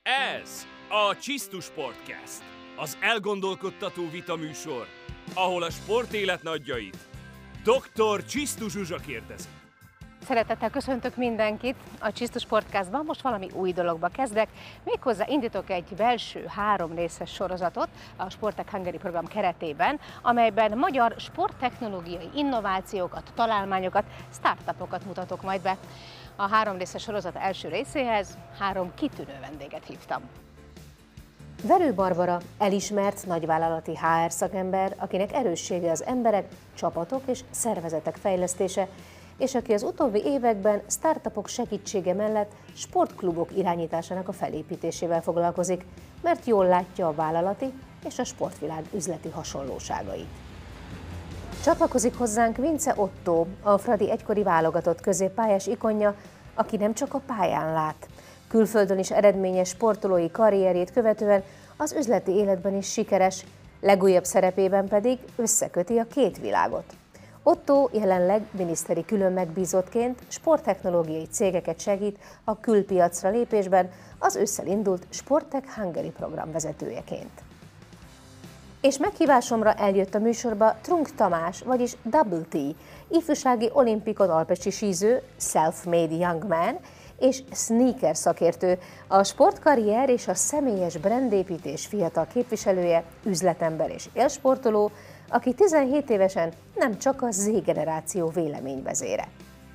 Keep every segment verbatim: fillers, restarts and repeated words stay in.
Ez a Csisztus Podcast, az elgondolkodtató vitaműsor, ahol a sportélet nagyjait doktor Csisztus Zsuzsa kérdezi. Szeretettel köszöntök mindenkit a Csisztus Podcastban. Most valami új dologba kezdek. Méghozzá indítok egy belső három részes sorozatot a Sporttech Hungary program keretében, amelyben magyar sporttechnológiai innovációkat, találmányokat, startupokat mutatok majd be. A három részes sorozat első részéhez három kitűnő vendéget hívtam. Verő Barbara elismert nagyvállalati há er szakember, akinek erőssége az emberek, csapatok és szervezetek fejlesztése, és aki az utóbbi években startupok segítsége mellett sportklubok irányításának a felépítésével foglalkozik, mert jól látja a vállalati és a sportvilág üzleti hasonlóságait. Csatlakozik hozzánk Vince Otto, a Fradi egykori válogatott középpályás ikonja, aki nem csak a pályán lát. Külföldön is eredményes sportolói karrierjét követően az üzleti életben is sikeres, legújabb szerepében pedig összeköti a két világot. Otto jelenleg miniszteri külön megbízottként sporttechnológiai cégeket segít a külpiacra lépésben, az ősszel indult Sporttech Hungary program vezetőjeként. És meghívásomra eljött a műsorba Trunk Tamás, vagyis Double T, ifjúsági olimpikon alpesi síző, self-made young man és sneaker szakértő, a sportkarrier és a személyes brandépítés fiatal képviselője, üzletember és élsportoló, aki tizenhét évesen nem csak a Z-generáció véleményvezére.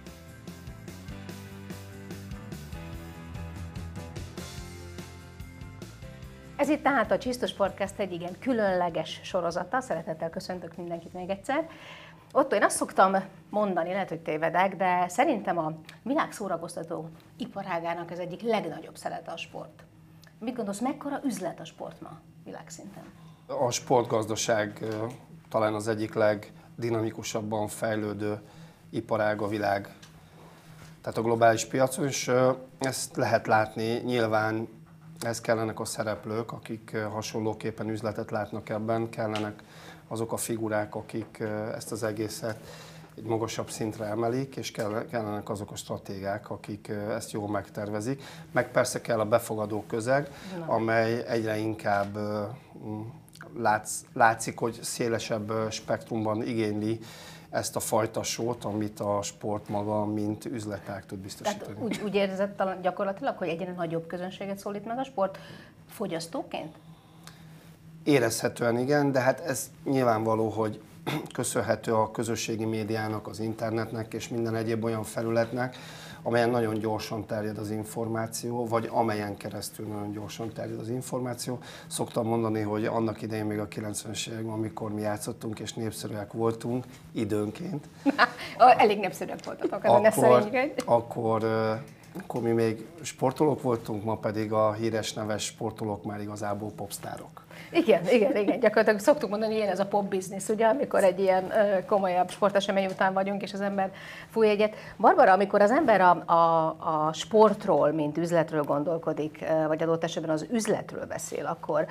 Ez itt tehát a Csisztus Podcast egy igen különleges sorozata. Szeretettel köszöntök mindenkit még egyszer. Otto, én azt szoktam mondani, lehet, hogy tévedek, de szerintem a világ szórakoztató iparágának ez egyik legnagyobb szerete a sport. Mit gondolsz, mekkora üzlet a sport ma világszinten? A sportgazdaság talán az egyik legdinamikusabban fejlődő iparág a világ, tehát a globális piacon, és ezt lehet látni. Nyilván ez kellenek a szereplők, akik hasonlóképpen üzletet látnak ebben, kellenek azok a figurák, akik ezt az egészet egy magasabb szintre emelik, és kellenek azok a stratégák, akik ezt jól megtervezik. Meg persze kell a befogadó közeg, amely egyre inkább látsz, látszik, hogy szélesebb spektrumban igényli ezt a fajta sót, amit a sport maga, mint üzletág tud biztosítani. Tehát úgy, úgy érzed gyakorlatilag, hogy egyre nagyobb közönséget szólít meg a sport fogyasztóként? Érezhetően igen, de hát ez nyilvánvaló, hogy köszönhető a közösségi médiának, az internetnek és minden egyéb olyan felületnek, amelyen nagyon gyorsan terjed az információ, vagy amelyen keresztül nagyon gyorsan terjed az információ. Szoktam mondani, hogy annak idején még a kilencvenes években, amikor mi játszottunk és népszerűek voltunk időnként. Elég népszerűek voltatok, ez ne szerénykedj. Akkor, akkor mi még sportolók voltunk, ma pedig a híres neves sportolók már igazából popstárok. Igen, igen, igen. Gyakorlatilag szoktuk mondani, hogy ilyen ez a pop business, ugye, amikor egy ilyen komolyabb sportesemény után vagyunk, és az ember fúj egyet. Barbara, amikor az ember a, a, a sportról, mint üzletről gondolkodik, vagy adott esetben az üzletről beszél, akkor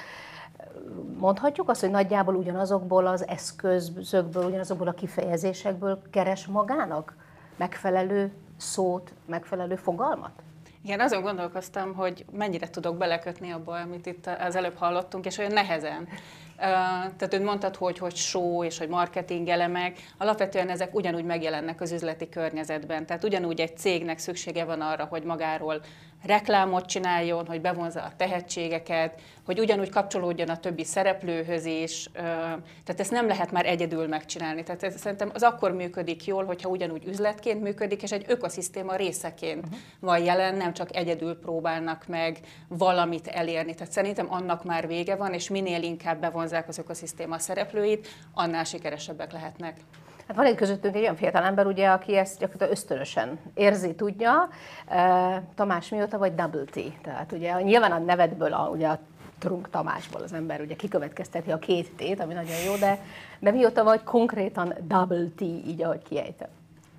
mondhatjuk azt, hogy nagyjából ugyanazokból az eszközökből, ugyanazokból a kifejezésekből keres magának megfelelő szót, megfelelő fogalmat? Igen, azon gondolkoztam, hogy mennyire tudok belekötni abba, amit itt az előbb hallottunk, és olyan nehezen. Tehát ön mondtad, hogy, hogy show és hogy marketing elemek, alapvetően ezek ugyanúgy megjelennek az üzleti környezetben. Tehát ugyanúgy egy cégnek szüksége van arra, hogy magáról reklámot csináljon, hogy bevonza a tehetségeket, hogy ugyanúgy kapcsolódjon a többi szereplőhöz is. Tehát ezt nem lehet már egyedül megcsinálni. Tehát ez szerintem az akkor működik jól, hogyha ugyanúgy üzletként működik, és egy ökoszisztéma részeként uh-huh. van jelen, nem csak egyedül próbálnak meg valamit elérni. Tehát szerintem annak már vége van, és minél inkább bevonzák az ökoszisztéma szereplőit, annál sikeresebbek lehetnek. Hát van egy közöttünk egy olyan fiatal ember, ugye, aki ezt gyakorlatilag ösztönösen érzi, tudja. Tamás, mióta vagy Double T? Tehát ugye nyilván a nevedből, a, ugye a Trunk Tamásból az ember ugye kikövetkezteti a két T-t, ami nagyon jó, de, de mióta vagy konkrétan Double T, így ahogy kiejtem?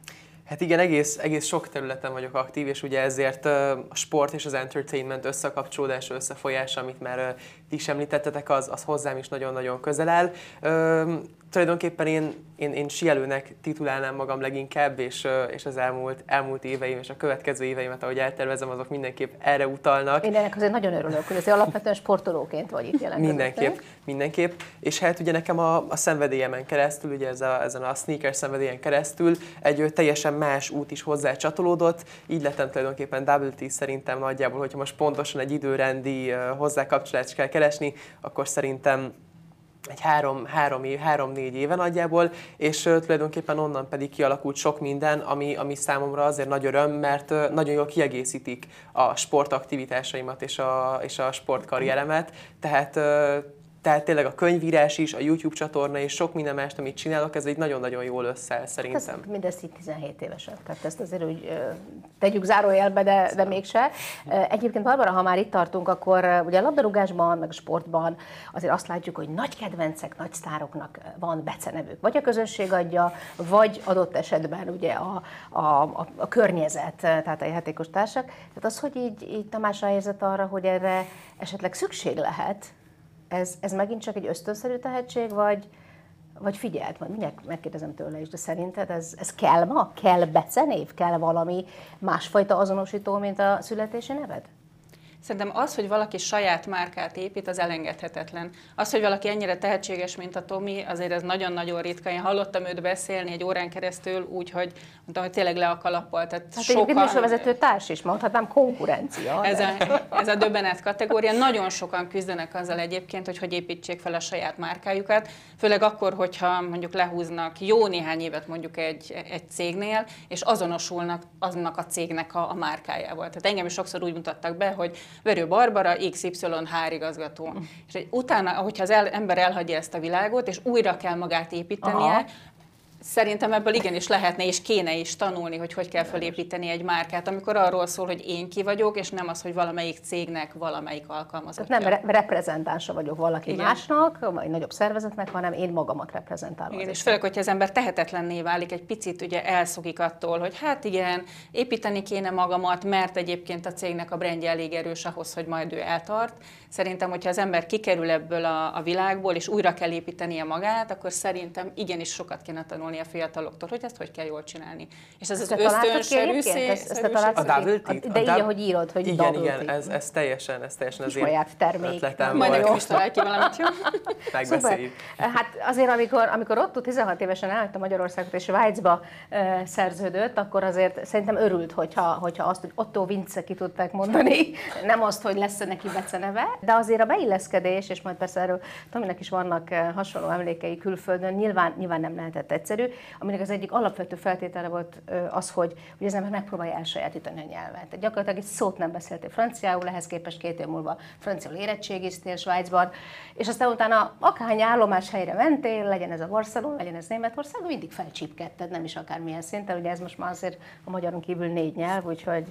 Hát igen, egész, egész sok területen vagyok aktív, és ugye ezért a sport és az entertainment összekapcsolódása, összefolyása, amit már ti is említettetek, az, az hozzám is nagyon-nagyon közel áll. Tulajdonképpen én, én, én síelőnek titulálnám magam leginkább, és, és az elmúlt, elmúlt éveim és a következő éveimet, ahogy eltervezem, azok mindenképp erre utalnak. Én ennek azért nagyon örülök, hogy azért alapvetően sportolóként vagy itt jelen. Mindenképp, mindenképp. És hát ugye nekem a, a szenvedélyemen keresztül, ugye ez a, ezen a sneaker szenvedélyen keresztül egy teljesen más út is hozzá csatolódott. Így lettem tulajdonképpen double T szerintem nagyjából, hogyha most pontosan egy időrendi hozzákapcsolást kell keresni, akkor szerintem egy három, három év, három-négy éve nagyjából, és uh, tulajdonképpen onnan pedig kialakult sok minden, ami, ami számomra azért nagy öröm, mert uh, nagyon jól kiegészítik a sportaktivitásaimat és a, és a sportkarrieremet, tehát uh, Tehát tényleg a könyvírás is, a YouTube csatorna és sok minden mást, amit csinálok, ez így nagyon-nagyon jól összeáll szerintem. Ez mindezt itt tizenhét évesen, tehát ezt azért úgy tegyük zárójelbe, de, de mégse. Egyébként Barbara, ha már itt tartunk, akkor ugye a labdarúgásban, meg a sportban azért azt látjuk, hogy nagy kedvencek, nagy sztároknak van becenevük. Vagy a közönség adja, vagy adott esetben ugye a, a, a, a környezet, tehát a játékos társak. Tehát az, hogy így, így Tamás ráérzett arra, hogy erre esetleg szükség lehet, Ez, ez megint csak egy ösztönszerű tehetség, vagy, vagy figyelt? Majd mindjárt megkérdezem tőle is, de szerinted ez, ez kell ma? Kell becenév? Kell valami másfajta azonosító, mint a születési neved? Szerintem az, hogy valaki saját márkát épít, az elengedhetetlen. Az, hogy valaki ennyire tehetséges, mint a Tomi, azért ez nagyon-nagyon ritka. Én hallottam őt beszélni egy órán keresztül úgy, hogy mondtam, hogy tényleg le a kalappal. Tehát hát sokan... egy műsorvezető társ is, mondhatnám konkurencia. Ez a, ez a döbbenet kategória. Nagyon sokan küzdenek azzal egyébként, hogy hogy építsék fel a saját márkájukat. Főleg akkor, hogyha mondjuk lehúznak jó néhány évet mondjuk egy, egy cégnél, és azonosulnak aznak a cégnek a, a márkájával. Tehát engem is sokszor úgy mutattak be, hogy Verő Barbara, iksz ipszilon há er igazgató. És egy, utána, hogyha az el, ember elhagyja ezt a világot, és újra kell magát építenie, aha, szerintem ebből igenis lehetne és kéne is tanulni, hogy hogy kell felépíteni egy márkát, amikor arról szól, hogy én ki vagyok, és nem az, hogy valamelyik cégnek valamelyik alkalmazottja. Tehát nem re- reprezentánsa vagyok valaki igen, másnak, vagy nagyobb szervezetnek, hanem én magamat reprezentálom. Igen, és főleg, hogyha az ember tehetetlenné válik, egy picit ugye elszokik attól, hogy hát igen, építeni kéne magamat, mert egyébként a cégnek a brandje elég erős ahhoz, hogy majd ő eltart. Szerintem, hogyha az ember kikerül ebből a, a világból, és újra kell építenie magát, akkor szerintem igenis sokat kéne tanulni a fiataloktól, hogy ezt hogy kell jól csinálni. És ez ezt az ösztönszerű szép. A double T? De így, ahogy írod, hogy igen, double igen, T. ez, ez teljesen, ez teljesen az én ötletem. Majd nekünk is találj ki valamit, jó? Megbeszéljük. Hát azért, amikor, amikor Otto tizenhat évesen elhagyta Magyarországot és Svájcba e, szerződött, akkor azért szerintem örült, hogyha, hogyha azt, hogy Otto Vince ki tudták mondani, nem azt, hogy lesz neki beceneve, de azért a beilleszkedés, és majd persze erről Tominak is vannak hasonló emlékei külföldön, nyilván, nyilván nem lehetett egyszerű, aminek az egyik alapvető feltétele volt az, hogy, hogy az ember megpróbálja elsajátítani a nyelvet. Tehát gyakorlatilag egy szót nem beszéltél franciául, ehhez képest két év múlva franciául érettségiztél Svájcban, és aztán utána akárhány állomás helyre mentél, legyen ez a Barcelona, legyen ez Németország, mindig felcsípkedted, nem is akármilyen szinten, ugye ez most már azért a magyaron kívül négy nyelv, úgyhogy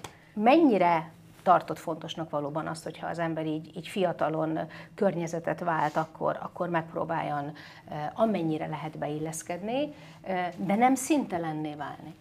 mennyire tartott fontosnak valóban azt, hogyha az ember így, így fiatalon környezetet vált, akkor, akkor megpróbáljon amennyire lehet beilleszkedni, de nem szintelenné válni.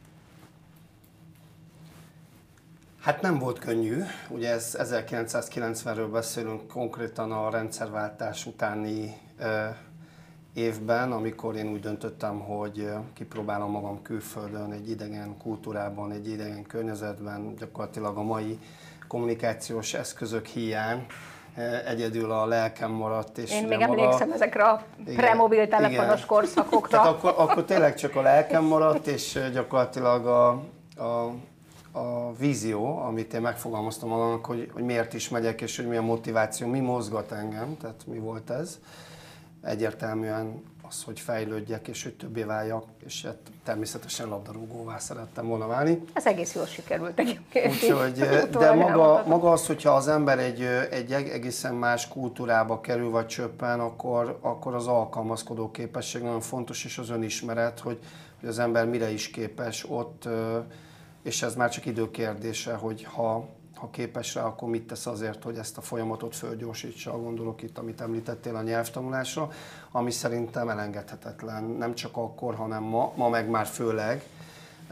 Hát nem volt könnyű, ugye ez ezerkilencszázkilencvenről beszélünk, konkrétan a rendszerváltás utáni évben, amikor én úgy döntöttem, hogy kipróbálom magam külföldön, egy idegen kultúrában, egy idegen környezetben, gyakorlatilag a mai kommunikációs eszközök hiány, egyedül a lelkem maradt. És én még maga... emlékszem ezekre a premobil telefonos korszakokra. Tehát akkor, akkor tényleg csak a lelkem maradt, és gyakorlatilag a, a, a vízió, amit én megfogalmaztam magamnak, hogy, hogy miért is megyek, és hogy mi a motiváció, mi mozgat engem, tehát mi volt ez. Egyértelműen az, hogy fejlődjek, és hogy többé váljak, és hát természetesen labdarúgóvá szerettem volna válni. Ez egész jól sikerült egyébként. Úgyhogy, de maga, maga az, hogyha az ember egy, egy egészen más kultúrába kerül, vagy csöppen, akkor, akkor az alkalmazkodó képesség nagyon fontos, és az önismeret, hogy, hogy az ember mire is képes ott, és ez már csak időkérdése, hogy ha ha képes rá, akkor mit tesz azért, hogy ezt a folyamatot fölgyorsítsa, gondolok itt, amit említettél a nyelvtanulásra, ami szerintem elengedhetetlen, nem csak akkor, hanem ma, ma meg már főleg,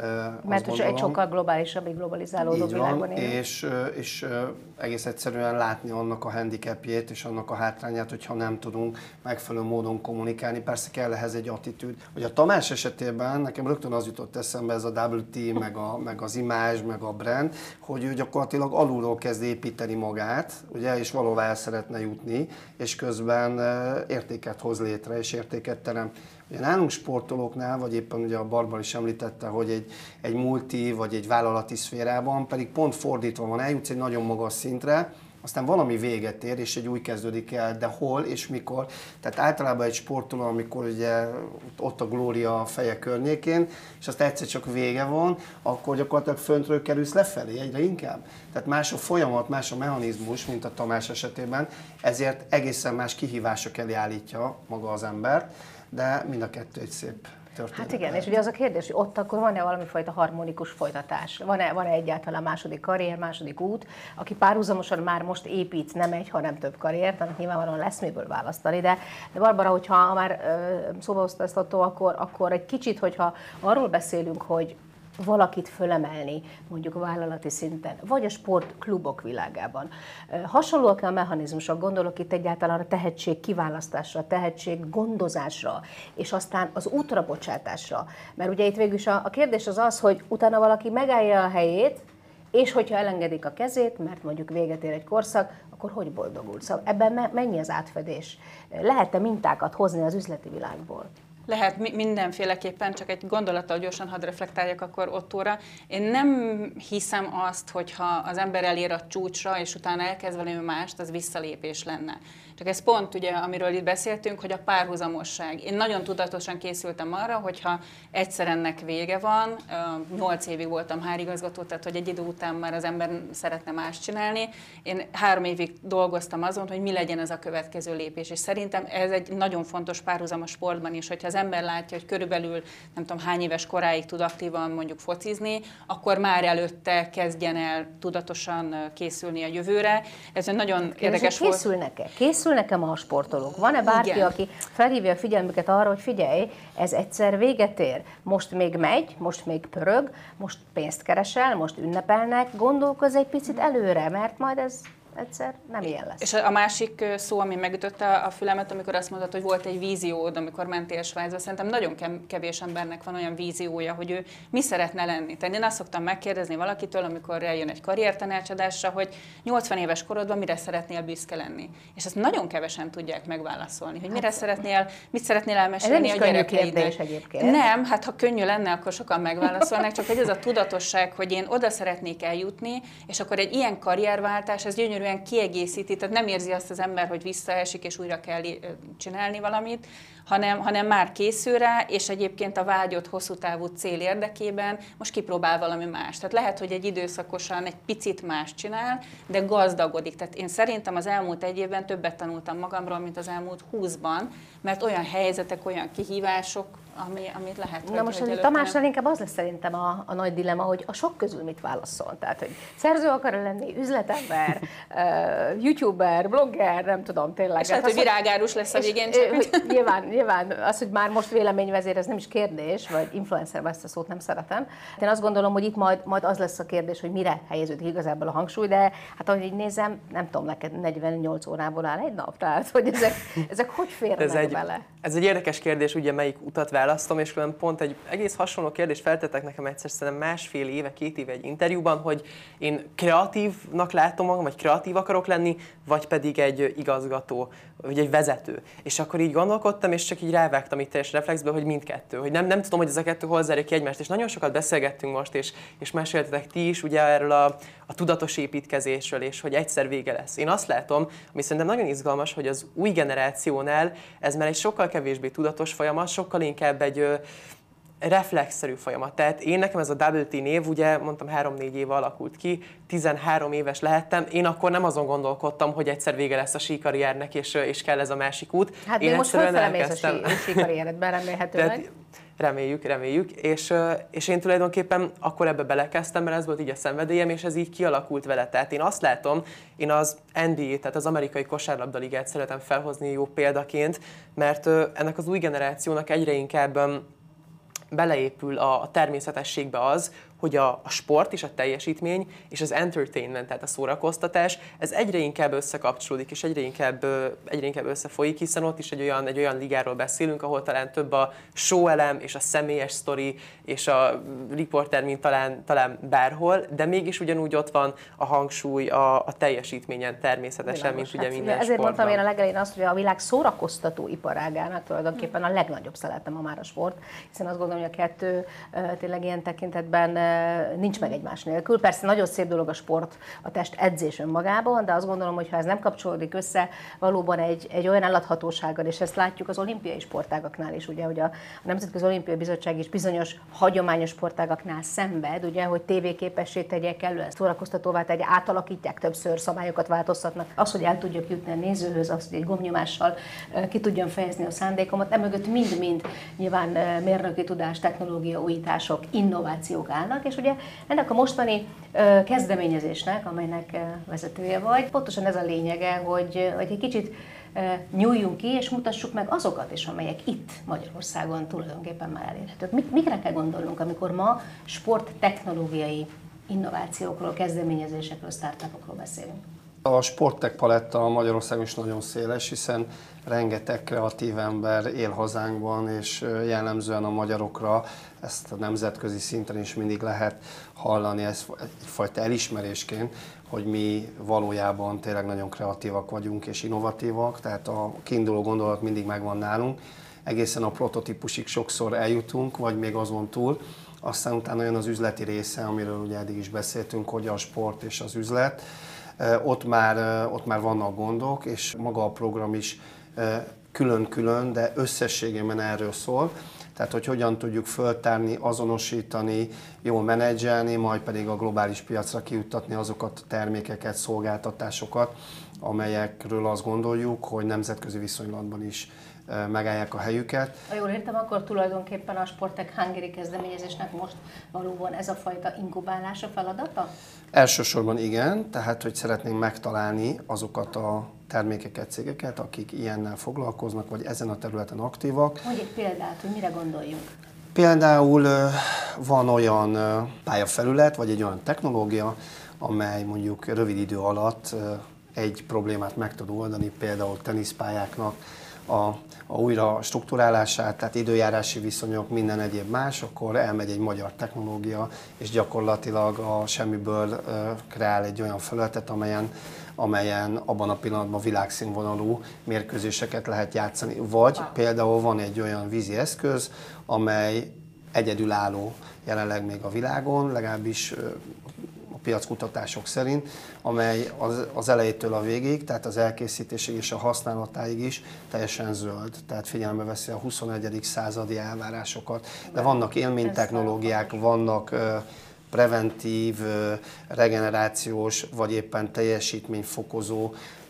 Mert hogy egy sokkal globálisabb, egy globalizálódó világban élünk. És, és egész egyszerűen látni annak a handicapjét és annak a hátrányát, hogyha nem tudunk megfelelő módon kommunikálni. Persze kell ehhez egy attitűd. Hogy a Tamás esetében nekem rögtön az jutott eszembe, ez a double T, meg, a, meg az image, meg a brand, hogy ő gyakorlatilag alulról kezd építeni magát, ugye, és valóban el szeretne jutni, és közben értéket hoz létre, és értéket terem. Ugye nálunk sportolóknál, vagy éppen ugye a Barbara is említette, hogy egy, egy multi vagy egy vállalati szférában pedig pont fordítva van, eljutsz egy nagyon magas szintre, aztán valami véget ér, és egy új kezdődik el, de hol és mikor. Tehát általában egy sportoló, amikor ugye ott a glória a feje környékén, és aztán egyszer csak vége van, akkor gyakorlatilag föntről kerülsz lefelé egyre inkább. Tehát más a folyamat, más a mechanizmus, mint a Tamás esetében, ezért egészen más kihívások elé állítja maga az embert, de mind a kettő egy szép történet. Hát igen, és ugye az a kérdés, hogy ott akkor van-e valami fajta harmonikus folytatás? Van-e, van-e egyáltalán második karrier, második út, aki párhuzamosan már most épít nem egy, hanem több karriert, annak nyilvánvalóan lesz miből választani, de, de Barbara, hogyha már ö, szóba hozta ezt Otto, akkor, akkor egy kicsit, hogyha arról beszélünk, hogy valakit fölemelni, mondjuk vállalati szinten, vagy a sportklubok világában. Hasonlóak a mechanizmusok, gondolok itt egyáltalán a tehetség kiválasztásra, a tehetség gondozásra, és aztán az útra bocsátásra. Mert ugye itt végül is a, a kérdés az az, hogy utána valaki megállja a helyét, és hogyha elengedik a kezét, mert mondjuk véget ér egy korszak, akkor hogy boldogul? Szóval ebben mennyi az átfedés? Lehet-e mintákat hozni az üzleti világból? Lehet mindenféleképpen, csak egy gondolattal gyorsan hadd reflektáljak akkor Ottóra. Én nem hiszem azt, hogyha az ember elér a csúcsra, és utána elkezd valami mást, az visszalépés lenne. Csak ez pont, ugye, amiről itt beszéltünk, hogy a párhuzamosság. Én nagyon tudatosan készültem arra, hogyha egyszer ennek vége van, nyolc évig voltam hárigazgató, tehát hogy egy idő után már az ember szeretne más csinálni. Én három évig dolgoztam azon, hogy mi legyen ez a következő lépés, és szerintem ez egy nagyon fontos párhuzamos sportban is, hogyha az ember látja, hogy körülbelül nem tudom hány éves koráig tud aktívan mondjuk focizni, akkor már előtte kezdjen el tudatosan készülni a jövőre. Ez egy nagyon Kérdés, érdekes volt. Készülnek-e? Készülnek-e ma a sportolók? Van-e bárki, Igen. aki felhívja a figyelmüket arra, hogy figyelj, ez egyszer véget ér, most még megy, most még pörög, most pénzt keresel, most ünnepelnek, gondolkozz egy picit előre, mert majd ez egyszer nem ilyen lesz. És a másik szó, ami megütötte a fülemet, amikor azt mondtad, hogy volt egy víziód, amikor mentél Svájcba, szerintem nagyon kevés embernek van olyan víziója, hogy ő mi szeretne lenni. Tehát én azt szoktam megkérdezni valakitől, amikor eljön egy karriertanácsadásra, hogy nyolcvan éves korodban mire szeretnél büszke lenni. És ezt nagyon kevesen tudják megválaszolni, hogy mire hát, szeretnél, mit szeretnél elmesélni a gyerekeidnek. Egyébként. Nem, hát ha könnyű lenne, akkor sokan megválaszolnák, csak hogy ez a tudatosság, hogy én oda szeretnék eljutni, és akkor egy ilyen karrierváltás, ez gyönyörű kiegészíti, tehát nem érzi azt az ember, hogy visszaesik és újra kell csinálni valamit, hanem, hanem már készül rá, és egyébként a vágyott hosszú távú cél érdekében most kipróbál valami más. Tehát lehet, hogy egy időszakosan egy picit más csinál, de gazdagodik. Tehát én szerintem az elmúlt egy évben többet tanultam magamról, mint az elmúlt húszban, mert olyan helyzetek, olyan kihívások, ami, amit lehet, Na most hogy Tamásnál inkább az lesz szerintem a, a nagy dilema, hogy a sok közül mit válaszol. Tehát, hogy szerző akar lenni, üzletember, uh, youtuber, blogger, nem tudom, tényleg. És hát, hogy virágárus lesz a végén és, csak. Hogy nyilván, nyilván az, hogy már most véleményvezér, ez nem is kérdés, vagy influencer, ezt a szót nem szeretem. Én azt gondolom, hogy itt majd, majd az lesz a kérdés, hogy mire helyeződik igazából a hangsúly, de hát ahogy így nézem, nem tudom, neked negyvennyolc órából áll egy nap, tehát hogy ezek, ezek hogy férnek ez egy, bele? Ez egy érdekes kérdés, ugye melyik utat választom, és külön pont egy egész hasonló kérdést feltettek nekem egyszer, szerintem másfél éve, két éve egy interjúban, hogy én kreatívnak látom magam, vagy kreatív akarok lenni, vagy pedig egy igazgató, vagy egy vezető. És akkor így gondolkodtam, és csak így rávágtam itt teljes reflexből, hogy mindkettő, hogy nem, nem tudom, hogy ez a kettő hol zárja ki egymást, és nagyon sokat beszélgettünk most, és, és meséltetek ti is ugye erről a, a tudatos építkezésről, és hogy egyszer vége lesz. Én azt látom, ami szerintem nagyon izgalmas, hogy az új generációnál ez már egy sokkal kevésbé tudatos folyamat, sokkal inkább egy ö, reflexzerű folyamat. Tehát én nekem ez a double T név, ugye mondtam három-négy éve alakult ki, tizenhárom éves lehettem, én akkor nem azon gondolkodtam, hogy egyszer vége lesz a síkarriernek, és, és kell ez a másik út. Hát én még most fölfelemész a síkarrieredben remélhetőleg. Reméljük, reméljük, és, és én tulajdonképpen akkor ebbe belekezdtem, mert ez volt így a szenvedélyem, és ez így kialakult vele. Tehát én azt látom, én az N B A, tehát az amerikai kosárlabdaligát szeretem felhozni jó példaként, mert ennek az új generációnak egyre inkább beleépül a, a természetességbe az, hogy a, a sport és a teljesítmény és az entertainment, tehát a szórakoztatás, ez egyre inkább összekapcsolódik, és egyre inkább, egyre inkább összefolyik, hiszen ott is egy olyan, egy olyan ligáról beszélünk, ahol talán több a show elem és a személyes sztori és a riporter, mint talán, talán bárhol, de mégis ugyanúgy ott van a hangsúly a, a teljesítményen természetesen, mint ugye minden Ezért sportban. mondtam én a legelején azt, hogy a világ szórakoztató iparágának tulajdonképpen a legnagyobb szelete ma már a sport, hiszen azt gondolom, hogy a kettő tényleg ilyen tekintetben nincs meg egymás nélkül. Persze nagyon szép dolog a sport, a test edzés önmagában, de azt gondolom, hogy ha ez nem kapcsolódik össze valóban egy, egy olyan eladhatósággal, és ezt látjuk az olimpiai sportágaknál is, ugye, hogy a, a Nemzetközi Olimpiai Bizottság is bizonyos hagyományos sportágaknál szenved, ugye, hogy tévéképessé tegye, kellően szórakoztatóvá tegye, átalakítják többször, szabályokat változtatnak. Az, hogy el tudjak jutni a nézőhöz, az, hogy egy gomnyomással ki tudjam fejezni a szándékomat, emögött mind-mind nyilván mérnöki tudás, technológia, újítások, innovációk állnak, és ugye ennek a mostani uh, kezdeményezésnek, amelynek uh, vezetője vagy, pontosan ez a lényege, hogy, hogy egy kicsit uh, nyúljunk ki, és mutassuk meg azokat is, amelyek itt Magyarországon tulajdonképpen már elérhetők. Mik, mikre kell gondolnunk, amikor ma sporttechnológiai innovációkról, kezdeményezésekről, startupokról beszélünk? A sporttech paletta Magyarországon is nagyon széles, hiszen rengeteg kreatív ember él hazánkban, és jellemzően a magyarokra ezt a nemzetközi szinten is mindig lehet hallani, ez egyfajta elismerésként, hogy mi valójában tényleg nagyon kreatívak vagyunk és innovatívak, tehát a kiinduló gondolat mindig megvan nálunk, egészen a prototípusig sokszor eljutunk, vagy még azon túl, aztán utána jön az üzleti része, amiről ugye eddig is beszéltünk, hogy a sport és az üzlet. Ott már, ott már vannak gondok, és maga a program is külön-külön, de összességében erről szól. Tehát, hogy hogyan tudjuk föltárni, azonosítani, jól menedzselni, majd pedig a globális piacra kijuttatni azokat a termékeket, szolgáltatásokat, amelyekről azt gondoljuk, hogy nemzetközi viszonylatban is megállják a helyüket. Ha jól értem, akkor tulajdonképpen a Sporttech Hungary kezdeményezésnek most valóban ez a fajta inkubálás a feladata? Elsősorban igen, tehát hogy szeretnénk megtalálni azokat a termékeket, cégeket, akik ilyennel foglalkoznak, vagy ezen a területen aktívak. Mondj egy példát, hogy mire gondoljunk? Például van olyan pályafelület, vagy egy olyan technológia, amely mondjuk rövid idő alatt egy problémát meg tud oldani, például teniszpályáknak a, a újra struktúrálását, tehát időjárási viszonyok, minden egyéb más, akkor elmegy egy magyar technológia, és gyakorlatilag a semmiből kreál egy olyan felületet, amelyen, amelyen abban a pillanatban világszínvonalú mérkőzéseket lehet játszani. Vagy wow. Például van egy olyan vízi eszköz, amely egyedülálló jelenleg még a világon, legalábbis a piackutatások szerint, amely az, az elejétől a végig, tehát az elkészítésig és a használatáig is teljesen zöld. Tehát figyelembe veszi a huszonegyedik századi elvárásokat. De vannak élménytechnológiák, vannak preventív, regenerációs, vagy éppen teljesítményfokozó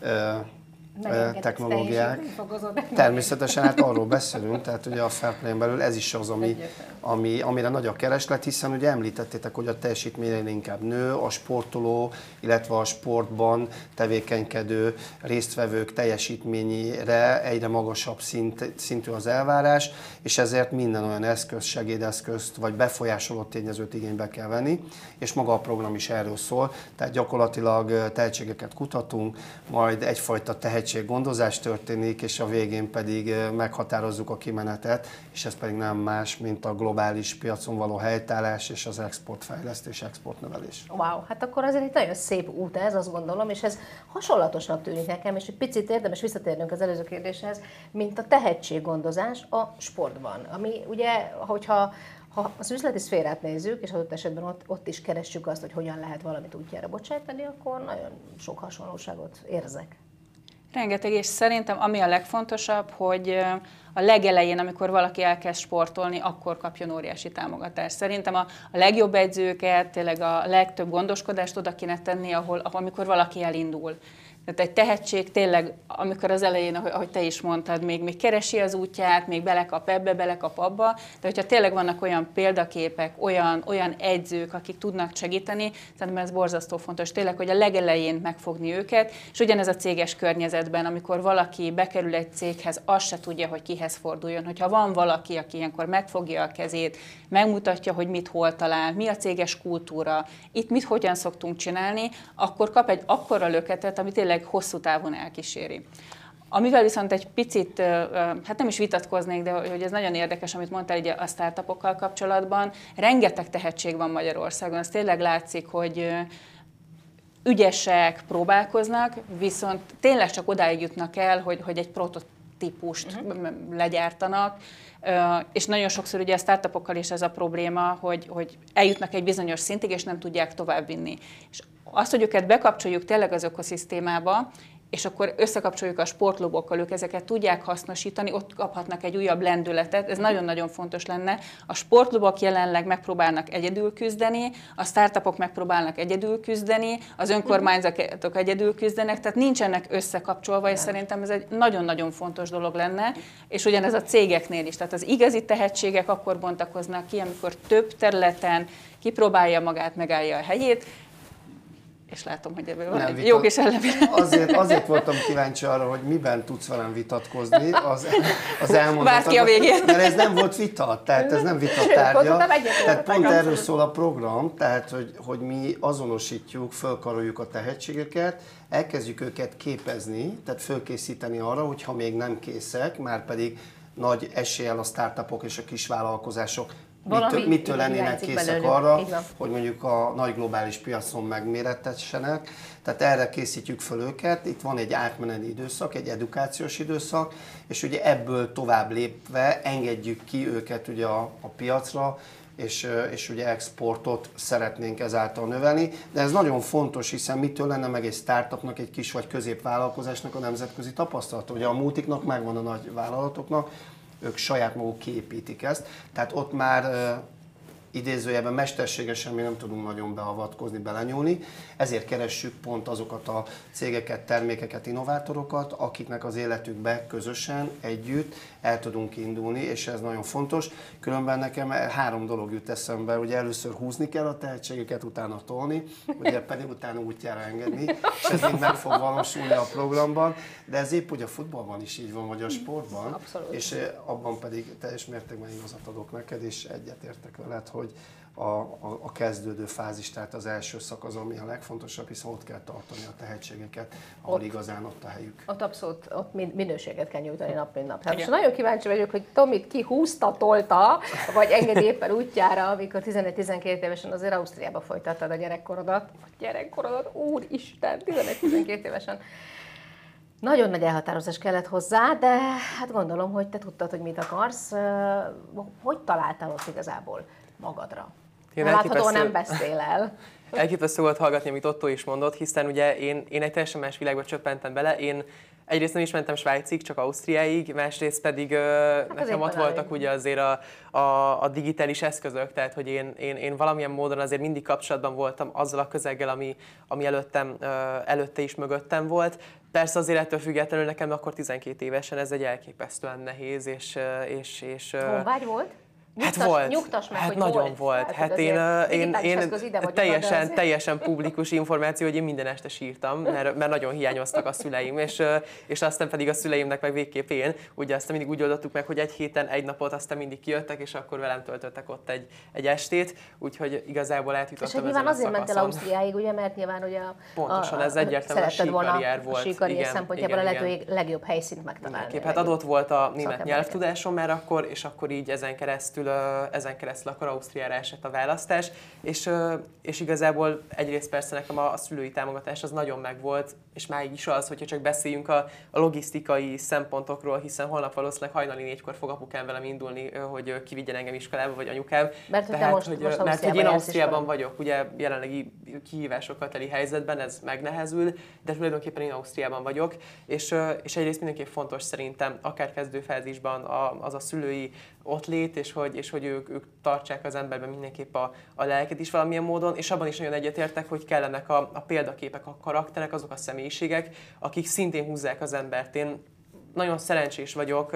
technológiák. Természetesen hát arról beszélünk, tehát ugye a Fair Play-en belül ez is az, ami, ami, amire nagy a kereslet, hiszen ugye említettétek, hogy a teljesítményre inkább nő, a sportoló, illetve a sportban tevékenykedő résztvevők teljesítményére egyre magasabb szint, szintű az elvárás, és ezért minden olyan eszköz, segédeszközt vagy befolyásoló tényezőt igénybe kell venni, és maga a program is erről szól, tehát gyakorlatilag tehetségeket kutatunk, majd egyfajta tehetséggondozás történik, és a végén pedig meghatározzuk a kimenetet, és ez pedig nem más, mint a globális piacon való helytállás és az exportfejlesztés, exportnövelés. Wow, hát akkor azért egy nagyon szép út ez, azt gondolom, és ez hasonlatosnak tűnik nekem, és egy picit érdemes visszatérnünk az előző kérdéshez, mint a tehetséggondozás a sportban, ami ugye, hogyha ha az üzleti szférát nézzük, és adott esetben ott, ott is keressük azt, hogy hogyan lehet valamit útjára bocsájtani, akkor nagyon sok hasonlóságot érzek. Rengeteg, és szerintem ami a legfontosabb, hogy a legelején, amikor valaki elkezd sportolni, akkor kapjon óriási támogatást. Szerintem a, a legjobb edzőket, tényleg a legtöbb gondoskodást oda kéne tenni, ahol, amikor valaki elindul. Tehát egy tehetség tényleg, amikor az elején, ahogy te is mondtad, még, még keresi az útját, még belekap ebbe, belekap abba, de hogyha tényleg vannak olyan példaképek, olyan, olyan edzők, akik tudnak segíteni, szerintem ez borzasztó fontos tényleg, hogy a legelején megfogni őket, és ugyanez a céges környezetben, amikor valaki bekerül egy céghez, azt se tudja, hogy kihez forduljon. Hogyha van valaki, aki ilyenkor megfogja a kezét, megmutatja, hogy mit hol talál, mi a céges kultúra, itt mit hogyan szoktunk csinálni, akkor kap egy akkora löketet, ami tényleg hosszú távon elkíséri. Amivel viszont egy picit, hát nem is vitatkoznék, de hogy ez nagyon érdekes, amit mondtál ugye a startupokkal kapcsolatban, rengeteg tehetség van Magyarországon, az tényleg látszik, hogy ügyesek, próbálkoznak, viszont tényleg csak odáig jutnak el, hogy, hogy egy prototípust uh-huh. legyártanak, és nagyon sokszor ugye a startupokkal is ez a probléma, hogy, hogy eljutnak egy bizonyos szintig, és nem tudják továbbvinni. És azt, hogy őket bekapcsoljuk tényleg az ökoszisztémába, és akkor összekapcsoljuk a sportklubokkal, ők ezeket tudják hasznosítani, ott kaphatnak egy újabb lendületet, ez nagyon-nagyon fontos lenne. A sportklubok jelenleg megpróbálnak egyedül küzdeni, a startupok megpróbálnak egyedül küzdeni, az önkormányzatok egyedül küzdenek, tehát nincsenek összekapcsolva, és szerintem ez egy nagyon-nagyon fontos dolog lenne, és ugyanez a cégeknél is. Tehát az igazi tehetségek akkor bontakoznak ki, amikor több területen kipróbálja magát, megállja a helyét, és látom, hogy ebből van nem egy vitat... jó kis ellenvélemény. Azért, azért voltam kíváncsi arra, hogy miben tudsz velem vitatkozni, az, az elmondottak. Ki a végén. Mert ez nem volt vita, tehát ez nem vita tárgya. Tehát pont erről szól a program, tehát hogy, hogy mi azonosítjuk, fölkaroljuk a tehetségeket, elkezdjük őket képezni, tehát fölkészíteni arra, hogyha még nem készek, már pedig nagy eséllyel a startupok és a kisvállalkozások Mitől, mitől lennének készek belőlük. Arra, hogy mondjuk a nagy globális piacon megmérettessenek. Tehát erre készítjük föl őket. Itt van egy átmeneti időszak, egy edukációs időszak, és ugye ebből tovább lépve engedjük ki őket ugye a, a piacra, és, és ugye exportot szeretnénk ezáltal növelni. De ez nagyon fontos, hiszen mitől lenne meg egy startupnak, egy kis vagy középvállalkozásnak a nemzetközi tapasztalata. Ugye a multiknak megvan a nagy vállalatoknak, ők saját maguk kiépítik ezt, tehát ott már uh, idézőjelben mesterségesen mi nem tudunk nagyon beavatkozni, belenyúlni, ezért keressük pont azokat a cégeket, termékeket, innovátorokat, akiknek az életükbe közösen, együtt el tudunk indulni, és ez nagyon fontos. Különben nekem három dolog jut eszembe, ugye először húzni kell a tehetségeket, utána tolni, ugye pedig utána útjára engedni, és ez mind meg fog valósulni a programban, de ez épp ugye a futballban is így van, vagy a sportban, abszolút. És abban pedig teljes mértékben igazat adok neked, és egyetértek veled, hogy a, a, a kezdődő fázis, tehát az első szakasz, ami a legfontosabb, hiszen ott kell tartani a tehetségeket, ahol ott, igazán ott a helyük. Ott abszolút ott minőséget kell nyújtani nap, mint nap. Hát most nagyon kíváncsi vagyok, hogy Tomit ki húzta, tolta, vagy engedi éppen útjára, amikor tizenegy-tizenkét évesen azért Ausztriába folytattad a gyerekkorodat. A gyerekkorodat, úristen, tizenegy-tizenkét évesen. Nagyon nagy elhatározás kellett hozzá, de hát gondolom, hogy te tudtad, hogy mit akarsz. Hogy találtál ott igazából magadra? Láthatóan nem beszél el. Elképesztő volt hallgatni, amit Otto is mondott, hiszen ugye én, én egy teljesen más világba csöppentem bele. Én egyrészt nem is mentem Svájcig, csak Ausztriáig, másrészt pedig hát nekem ott voltak ugye azért a, a, a digitális eszközök, tehát hogy én, én, én valamilyen módon azért mindig kapcsolatban voltam azzal a közeggel, ami, ami előttem, előtte is mögöttem volt. Persze azért ettől függetlenül nekem akkor tizenkét évesen ez egy elképesztően nehéz, és... és, és honvágy volt? Nyugtass, hát volt, nyugtass meg, hát hogy nagyon volt. volt. Hát, hát én, én, én vagyok, teljesen, teljesen publikus információ, hogy én minden este sírtam, mert, mert nagyon hiányoztak a szüleim, és, és aztán pedig a szüleimnek meg végképp én. Ugye aztán mindig úgy oldottuk meg, hogy egy héten, egy napot aztán mindig kijöttek, és akkor velem töltöttek ott egy, egy estét, úgyhogy igazából átjutottam ezen a nyilván azért mentél Ausztriáig, ugye, mert nyilván ugye a, pontosan, ez egyértelműen a síkarrier volt. A síkarrier szempontjából igen, a legjobb, legjobb helyszínt megtalálni. Hát adott volt a német nyelvtudásom már akkor, és akkor így ezen keresztül, ezen keresztül akkor Ausztriára esett a választás, és, és igazából egyrészt persze nekem a, a szülői támogatás az nagyon megvolt, és máig is az, hogyha csak beszéljünk a, a logisztikai szempontokról, hiszen holnap valószínűleg hajnali négykor fog apukám velem indulni, hogy kivigyen engem iskolába, vagy anyukám. Mert, Tehát, most, hogy, most mert hogy én Ausztriában vagyok, ugye jelenlegi kihívásokkal teli helyzetben ez megnehezül, de tulajdonképpen én Ausztriában vagyok, és, és egyrészt mindenképp fontos szerintem, akár kezdőfázisban az a szülői ott lét, és hogy, hogy, és hogy ők, ők tartsák az emberben mindenképp a, a lelket is valamilyen módon, és abban is nagyon egyetértek, hogy kellenek a, a példaképek, a karakterek, azok a személyiségek, akik szintén húzzák az embert. Én nagyon szerencsés vagyok,